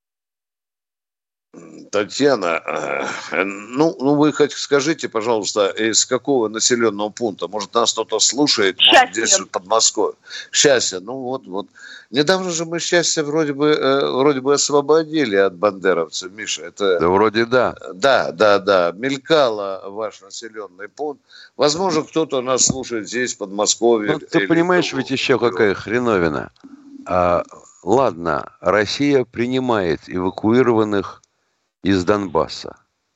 Speaker 3: Татьяна, э, ну, ну вы хоть скажите, пожалуйста, из какого населенного пункта? Может, нас кто-то слушает?
Speaker 9: Счастье.
Speaker 3: Может, здесь в Подмосковье. Счастье. Ну, вот, вот. Недавно же мы Счастье вроде бы, э, вроде бы освободили от бандеровцев, Миша. Это...
Speaker 4: Да, вроде да.
Speaker 3: Да, да, да. Мелькало ваш населенный пункт. Возможно, кто-то нас слушает здесь, в Подмосковье.
Speaker 4: Ну, ты понимаешь, ведь еще какая хреновина. А, ладно, Россия принимает эвакуированных из Донбасса.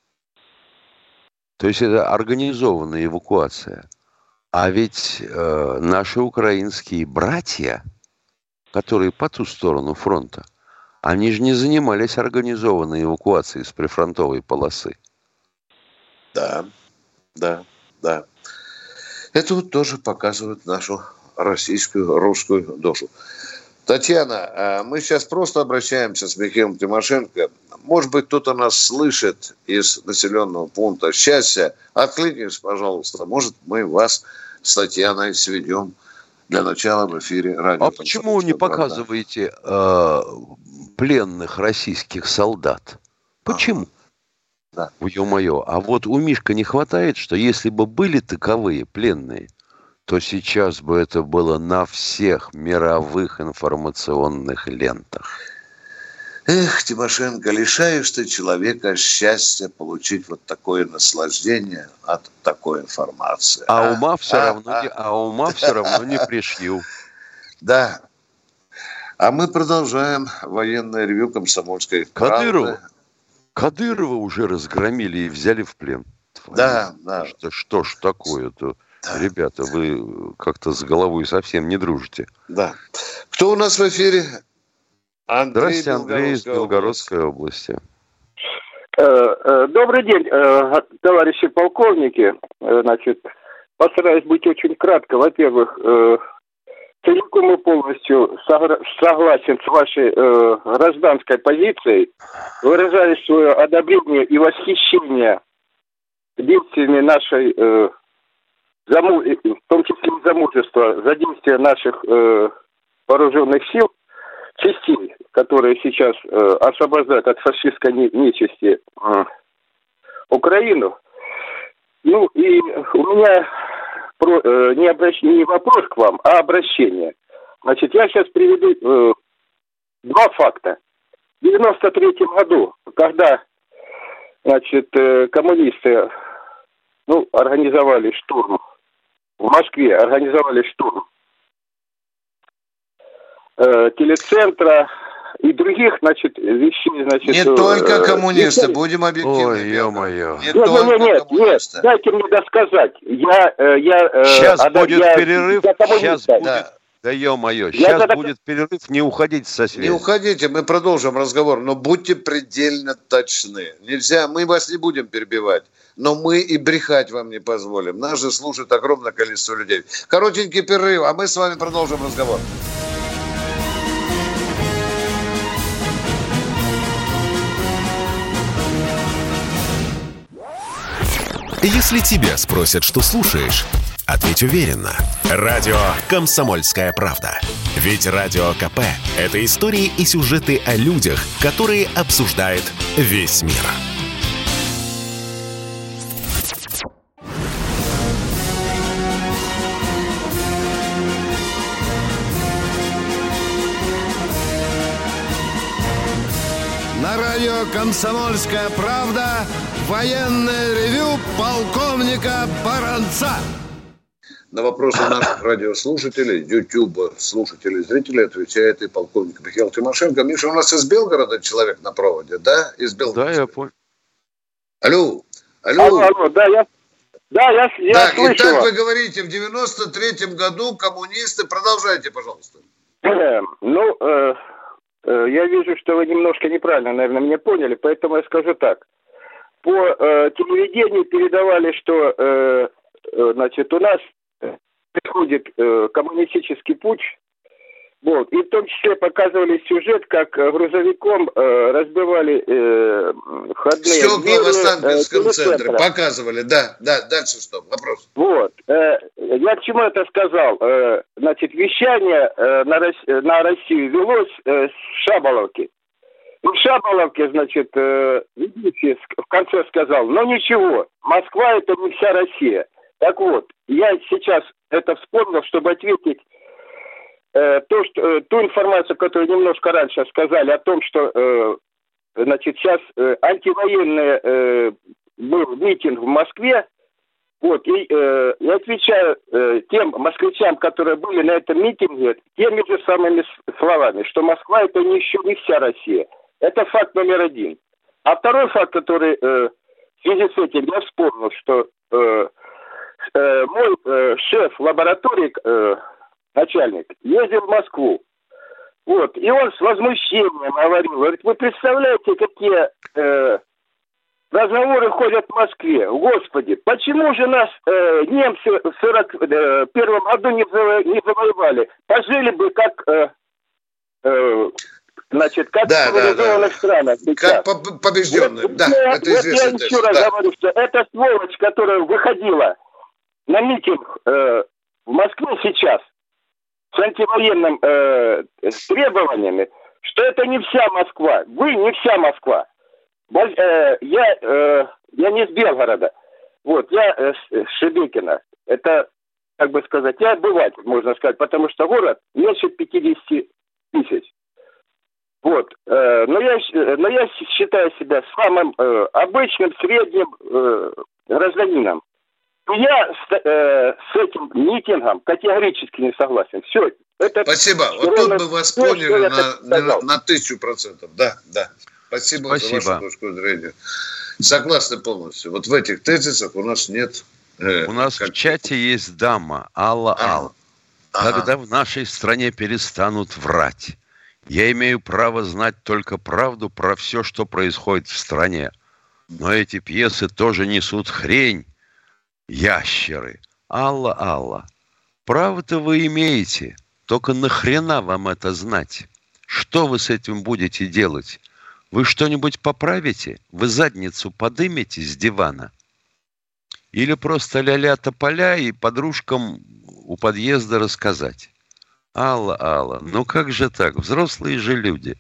Speaker 4: То есть это организованная эвакуация. А ведь э, наши украинские братья, которые по ту сторону фронта, они же не занимались организованной эвакуацией с прифронтовой полосы.
Speaker 3: Да, да, да. Это вот тоже показывает нашу российскую, русскую душу. Татьяна, мы сейчас просто обращаемся с Михаилом Тимошенко. Может быть, кто-то нас слышит из населенного пункта Счастья. Откликнись, пожалуйста. Может, мы вас с Татьяной сведем для начала в эфире радио.
Speaker 4: А почему не показываете э, пленных российских солдат? Почему?
Speaker 3: Да.
Speaker 4: Ё-моё. А вот у Мишка не хватает, что если бы были таковые пленные, то сейчас бы это было на всех мировых информационных лентах.
Speaker 3: Эх, Тимошенко, лишаешь ты человека счастья получить вот такое наслаждение от такой информации.
Speaker 4: А, а ума все а, равно, а, не, а ума да. все равно не пришью.
Speaker 3: Да. А мы продолжаем военное ревью «Комсомольской правды».
Speaker 4: Кадырова уже разгромили и взяли в плен.
Speaker 3: Да, да.
Speaker 4: Что, что ж такое-то? Да. Ребята, вы как-то с головой совсем не дружите.
Speaker 3: Да. Кто у нас в эфире? Андрей.
Speaker 4: Здравствуйте, Андрей из Белгородской области.
Speaker 10: Добрый день, товарищи полковники. Значит, постараюсь быть очень кратко. Во-первых, целиком и полностью согласен с вашей гражданской позицией. Выражаю свое одобрение и восхищение действиями нашей, в том числе и за мужество, за действия наших вооруженных сил, частей, которые сейчас э, освобождают от фашистской нечисти э, Украину. Ну и у меня про, э, не, обращ... не вопрос к вам, а обращение. Значит, я сейчас приведу э, два факта. В девяносто третьем году, когда, значит, э, коммунисты ну, организовали штурм. В Москве организовали штурм э, телецентра и других, значит, вещей, значит...
Speaker 3: Не
Speaker 10: э,
Speaker 3: только коммунисты,
Speaker 10: вещей.
Speaker 3: будем объективны.
Speaker 4: Ой, ё-моё.
Speaker 3: Не
Speaker 10: Нет,
Speaker 3: только
Speaker 10: нет, нет,
Speaker 3: коммунисты.
Speaker 10: нет, дайте мне досказать. Я, э, я, э,
Speaker 4: Сейчас
Speaker 10: а,
Speaker 4: будет
Speaker 10: я,
Speaker 4: перерыв,
Speaker 10: я
Speaker 4: сейчас будет...
Speaker 3: Да.
Speaker 4: Да ё-моё,
Speaker 10: Я
Speaker 4: сейчас
Speaker 10: тогда-
Speaker 4: будет перерыв, не уходите со связи.
Speaker 3: Не уходите, мы продолжим разговор, но будьте предельно точны. Нельзя, мы вас не будем перебивать, но мы и брехать вам не позволим. Нас же слушает огромное количество людей. Коротенький перерыв, а мы с вами продолжим разговор.
Speaker 1: Если тебя спросят, что слушаешь, ответь уверенно. Радио «Комсомольская правда». Ведь Радио ка пэ – это истории и сюжеты о людях, которые обсуждает весь мир.
Speaker 2: На радио «Комсомольская правда» военное ревю полковника Баранца.
Speaker 3: На вопросы наших радиослушателей, YouTube слушателей, зрителей отвечает и полковник Михаил Тимошенко. Миша, у нас из Белгорода человек на проводе, да? Из Белгорода.
Speaker 4: Да, я понял.
Speaker 3: Алло, алло.
Speaker 10: Алло, алло, да, я, да, я, я
Speaker 3: Так,
Speaker 10: слышу
Speaker 3: и так
Speaker 10: вас.
Speaker 3: вы говорите, в девяносто третьем году коммунисты, продолжайте, пожалуйста.
Speaker 10: Ну, э, э, я вижу, что вы немножко неправильно, наверное, меня поняли, поэтому я скажу так. По э, телевидению передавали, что, э, э, значит, у нас происходит э, коммунистический путч, вот, и в том числе показывали сюжет, как э, грузовиком э, разбивали э, входные
Speaker 3: Стекла
Speaker 10: двери,
Speaker 3: в Останкинском
Speaker 10: э,
Speaker 3: центре
Speaker 10: телецентра.
Speaker 3: показывали, да, да, дальше что, вопрос.
Speaker 10: Вот. Э, я к чему это сказал? Э, значит, вещание э, на, Рос... на Россию велось э, с Шаболовки. И в Шаболовке, значит, э, ведущий в конце сказал, ну ничего, Москва это не вся Россия. Так вот, я сейчас это вспомнил, чтобы ответить э, то, что, э, ту информацию, которую немножко раньше сказали, о том, что э, значит, сейчас э, антивоенный э, был митинг в Москве. Вот, и э, я отвечаю э, тем москвичам, которые были на этом митинге, теми же самыми словами, что Москва это не, еще не вся Россия. Это факт номер один. А второй факт, который э, в связи с этим я вспомнил, что э, э, мой э, шеф лаборатории, э, начальник, ездил в Москву. Вот, и он с возмущением говорил, говорит, вы представляете, какие э, разговоры ходят в Москве. Господи, почему же нас э, немцы в сорок первом году не, заво- не завоевали? Пожили бы как... Э, э, Значит, как
Speaker 3: да,
Speaker 10: в цивилизованных
Speaker 3: да,
Speaker 10: странах.
Speaker 3: Как побежденные. Вот, да,
Speaker 10: я,
Speaker 3: это
Speaker 10: вот
Speaker 3: известно.
Speaker 10: я еще раз да. говорю, что эта сволочь, которая выходила на митинг э, в Москве сейчас с антивоенным э, с требованиями, что это не вся Москва. Вы не вся Москва. Э, я, э, я не из Белгорода. Вот, я э, с Шебекина. Это, как бы сказать, я обыватель, можно сказать, потому что город меньше пятьдесят тысяч. Вот, э, но, я, но я считаю себя самым э, обычным, средним э, гражданином. Я с, э, с этим митингом категорически не согласен. Все. Это
Speaker 3: Спасибо. Вот тут мы вас все, поняли на, на, на тысячу процентов. Да, да. Спасибо, Спасибо за вашу точку зрения. Согласны полностью. Вот в этих тезисах у нас нет...
Speaker 4: Э, у нас как... в чате есть дама, Алла а. Алла. Ага. Когда в нашей стране перестанут врать? Я имею право знать только правду про все, что происходит в стране. Но эти пьесы тоже несут хрень. Ящеры. Алла, Алла, право-то вы имеете. Только нахрена вам это знать? Что вы с этим будете делать? Вы что-нибудь поправите? Вы задницу подымете с дивана? Или просто ля-ля тополя и подружкам у подъезда рассказать? Алла, Алла, ну как же так? Взрослые же люди.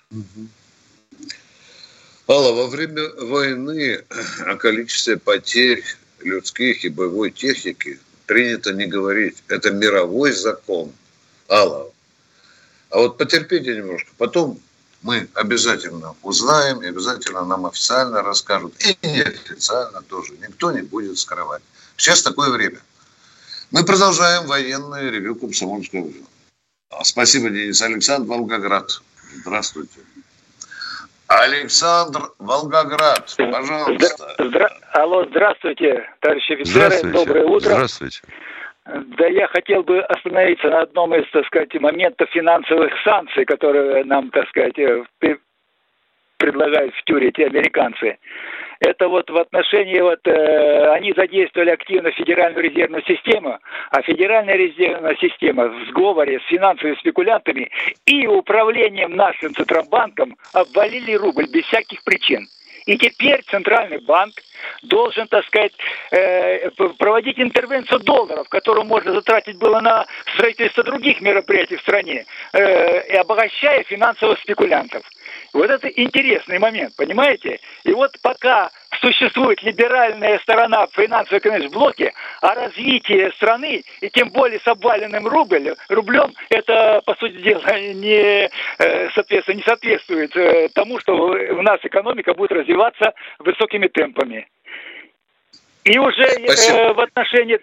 Speaker 3: Алла, во время войны о количестве потерь людских и боевой техники принято не говорить. Это мировой закон. Алла. А вот потерпите немножко. Потом мы обязательно узнаем, и обязательно нам официально расскажут. И неофициально тоже. Никто не будет скрывать. Сейчас такое время. Мы продолжаем военное ревью «Комсомольского радио». Спасибо, Денис. Александр, Волгоград. Здравствуйте. Александр, Волгоград, пожалуйста.
Speaker 11: Здра... Алло, здравствуйте, товарищи офицеры. Здравствуйте. Доброе утро.
Speaker 4: Здравствуйте.
Speaker 11: Да, я хотел бы остановиться на одном из, так сказать, моментов финансовых санкций, которые нам, так сказать, предлагают втюрить американцы. Это вот в отношении, вот, э, они задействовали активно Федеральную резервную систему, а Федеральная резервная система в сговоре с финансовыми спекулянтами и управлением нашим Центробанком обвалили рубль без всяких причин. И теперь Центральный банк должен, так сказать, э, проводить интервенцию долларов, которую можно затратить было на строительство других мероприятий в стране, э, и обогащая финансовых спекулянтов. Вот это интересный момент, понимаете? И вот пока существует либеральная сторона в финансово-экономическом блоке, а развитие страны, и тем более с обваленным рубль, рублем, это, по сути дела, не, соответственно, не соответствует тому, что у нас экономика будет развиваться высокими темпами. И уже э, в отношении...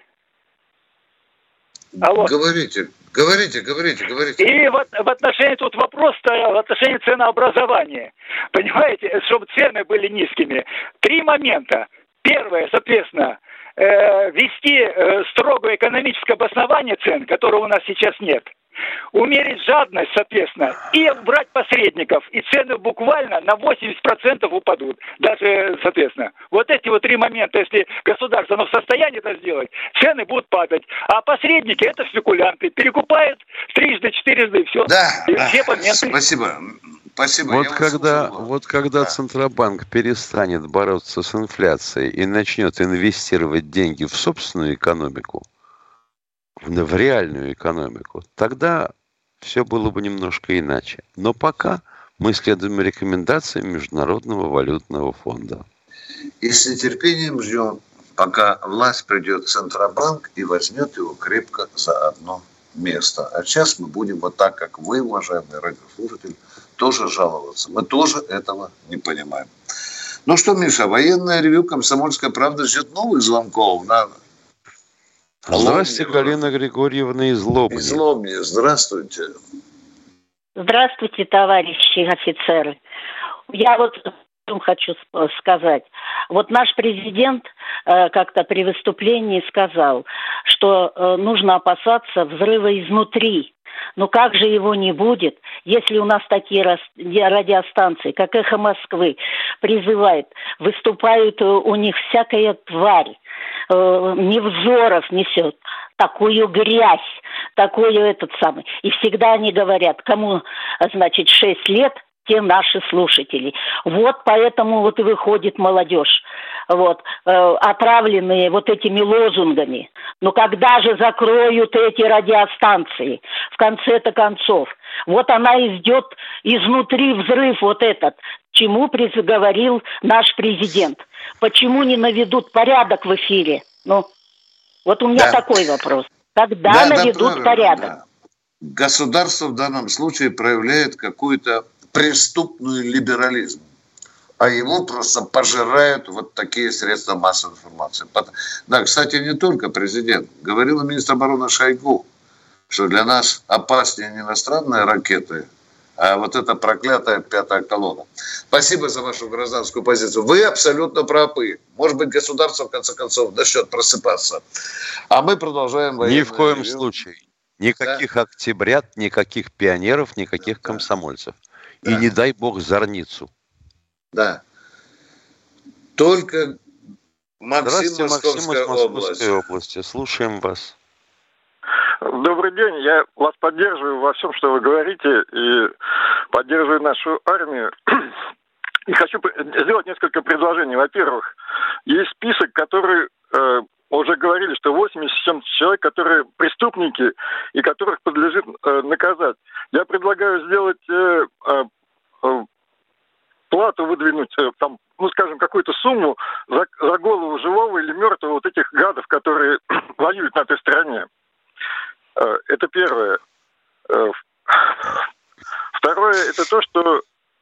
Speaker 3: Алло. Говорите. Говорите, говорите, говорите.
Speaker 11: И вот в отношении, тут вопрос стоял, в отношении ценообразования. Понимаете, чтобы цены были низкими. Три момента. Первое, соответственно, э, ввести э, строгое экономическое обоснование цен, которого у нас сейчас нет. Умерить жадность, соответственно, и убрать посредников. И цены буквально на восемьдесят процентов упадут. Даже, соответственно. Вот эти вот три момента, если государство оно в состоянии это сделать, цены будут падать. А посредники это спекулянты. Перекупают трижды, четырежды и все.
Speaker 3: Да,
Speaker 11: и
Speaker 3: да.
Speaker 11: все моменты.
Speaker 3: Спасибо. Спасибо.
Speaker 4: Вот когда, вот когда да. Центробанк перестанет бороться с инфляцией и начнет инвестировать деньги в собственную экономику, в реальную экономику, тогда все было бы немножко иначе. Но пока мы следуем рекомендациям Международного валютного фонда.
Speaker 3: И с нетерпением ждем, пока власть придет в Центробанк и возьмет его крепко за одно место. А сейчас мы будем вот так, как вы, уважаемые радиослушатели, тоже жаловаться. Мы тоже этого не понимаем. Ну что, Миша, военное ревью «Комсомольская правда» ждет новых звонков. Надо.
Speaker 4: Здравствуйте, Галина Григорьевна из Лобни.
Speaker 3: Из Лобни, здравствуйте.
Speaker 12: Здравствуйте, товарищи офицеры. Я вот хочу сказать. Вот наш президент э, как-то при выступлении сказал, что э, нужно опасаться взрыва изнутри. Но как же его не будет, если у нас такие радиостанции, как «Эхо Москвы», призывают, выступают у них всякая тварь, э, Невзоров несет такую грязь, такую этот самый. И всегда они говорят, кому, значит, шесть лет, те наши слушатели. Вот поэтому вот и выходит молодежь, вот, э, отравленные вот этими лозунгами. Но когда же закроют эти радиостанции? В конце-то концов. Вот она идет изнутри взрыв вот этот. Чему говорил наш президент? Почему не наведут порядок в эфире? Ну, вот у меня да. такой вопрос. Когда да, наведут да, порядок? Да.
Speaker 3: Государство в данном случае проявляет какую-то преступный либерализм, а его просто пожирают вот такие средства массовой информации. Да, кстати, не только президент. Говорил министр обороны Шойгу, что для нас опаснее не иностранные ракеты, а вот эта проклятая пятая колонна. Спасибо за вашу гражданскую позицию. Вы абсолютно правы. Может быть, государство, в конце концов, начнет просыпаться. А мы продолжаем военное
Speaker 4: Ни в коем
Speaker 3: ревью.
Speaker 4: случае. Никаких да? октябрят, никаких пионеров, никаких да. комсомольцев. И да. не дай бог зорницу.
Speaker 3: Да. Только Максим,
Speaker 4: Московская область. области. Слушаем вас.
Speaker 13: Добрый день. Я вас поддерживаю во всем, что вы говорите, и поддерживаю нашу армию. И хочу сделать несколько предложений. Во-первых, есть список, который... Э, уже говорили, что восемьдесят семь человек, которые преступники и которых подлежит э, наказать. Я предлагаю сделать э, э, плату, выдвинуть, э, там, ну, скажем, какую-то сумму за, за голову живого или мертвого вот этих гадов, которые воюют на этой стране. Э, это первое. Э, второе, это то, что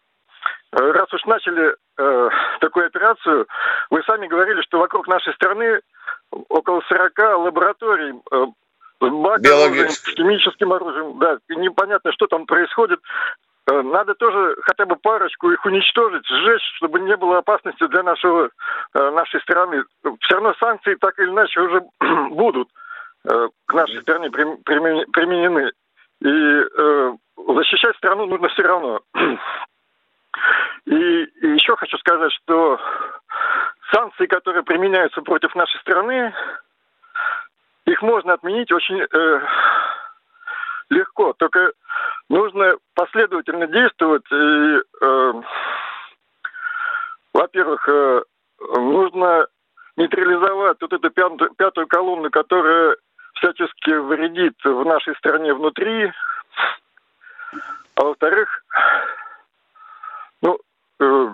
Speaker 13: раз уж начали э, такую операцию, вы сами говорили, что вокруг нашей страны около сорок лабораторий э, с бакоружием, с химическим оружием. Да, непонятно, что там происходит. Э, надо тоже хотя бы парочку их уничтожить, сжечь, чтобы не было опасности для нашего, э, нашей страны. Все равно санкции так или иначе уже будут э, к нашей стране применены. И э, защищать страну нужно все равно. И, и еще хочу сказать, что санкции, которые применяются против нашей страны, их можно отменить очень э, легко. Только нужно последовательно действовать. И, э, во-первых, э, нужно нейтрализовать вот эту пятую, пятую колонну, которая всячески вредит в нашей стране внутри. А во-вторых, ну, э,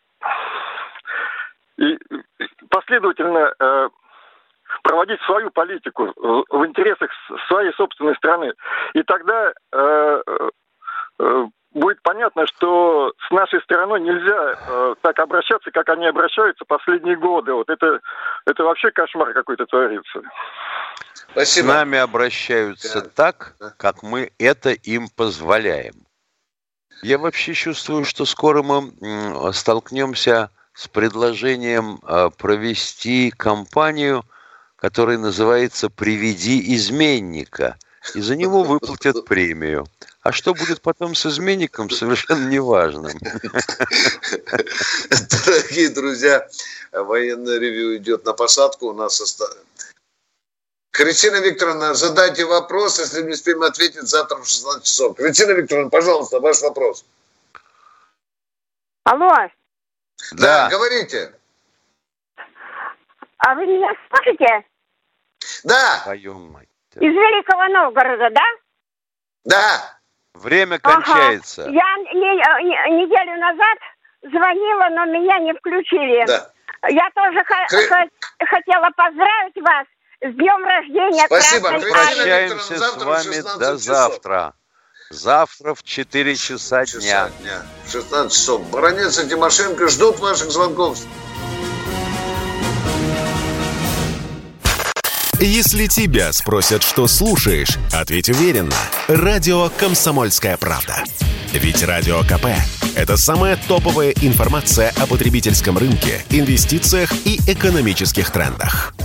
Speaker 13: и последовательно э, проводить свою политику в интересах своей собственной страны. И тогда э, э, будет понятно, что с нашей страной нельзя э, так обращаться, как они обращаются последние годы. Вот это, это вообще кошмар какой-то творится.
Speaker 3: Спасибо.
Speaker 4: С нами обращаются да. так, как мы это им позволяем. Я вообще чувствую, что скоро мы столкнемся с предложением провести кампанию, которая называется «Приведи изменника», и за него выплатят премию. А что будет потом с изменником, совершенно неважно.
Speaker 3: Дорогие друзья, военное ревью идет на посадку. У нас осталось... Кристина Викторовна, задайте вопрос, если не успеем ответить завтра в шестнадцать часов. Кристина Викторовна, пожалуйста, ваш вопрос.
Speaker 9: Алло.
Speaker 3: Да, да, говорите.
Speaker 9: А вы меня слышите?
Speaker 3: Да.
Speaker 4: Твою мать.
Speaker 9: Из Великого Новгорода, да?
Speaker 3: Да.
Speaker 4: Время кончается.
Speaker 9: Ага. Я не, не, неделю назад звонила, но меня не включили. Да. Я тоже Кри... х- хотела поздравить вас с днем рождения.
Speaker 4: Спасибо. Мы прощаемся с вами до завтра. Завтра в четыре часа дня.
Speaker 3: дня. В шестнадцать часов. Баронец и Тимошенко ждут ваших звонков.
Speaker 1: Если тебя спросят, что слушаешь, ответь уверенно. Радио «Комсомольская правда». Ведь Радио КП – это самая топовая информация о потребительском рынке, инвестициях и экономических трендах.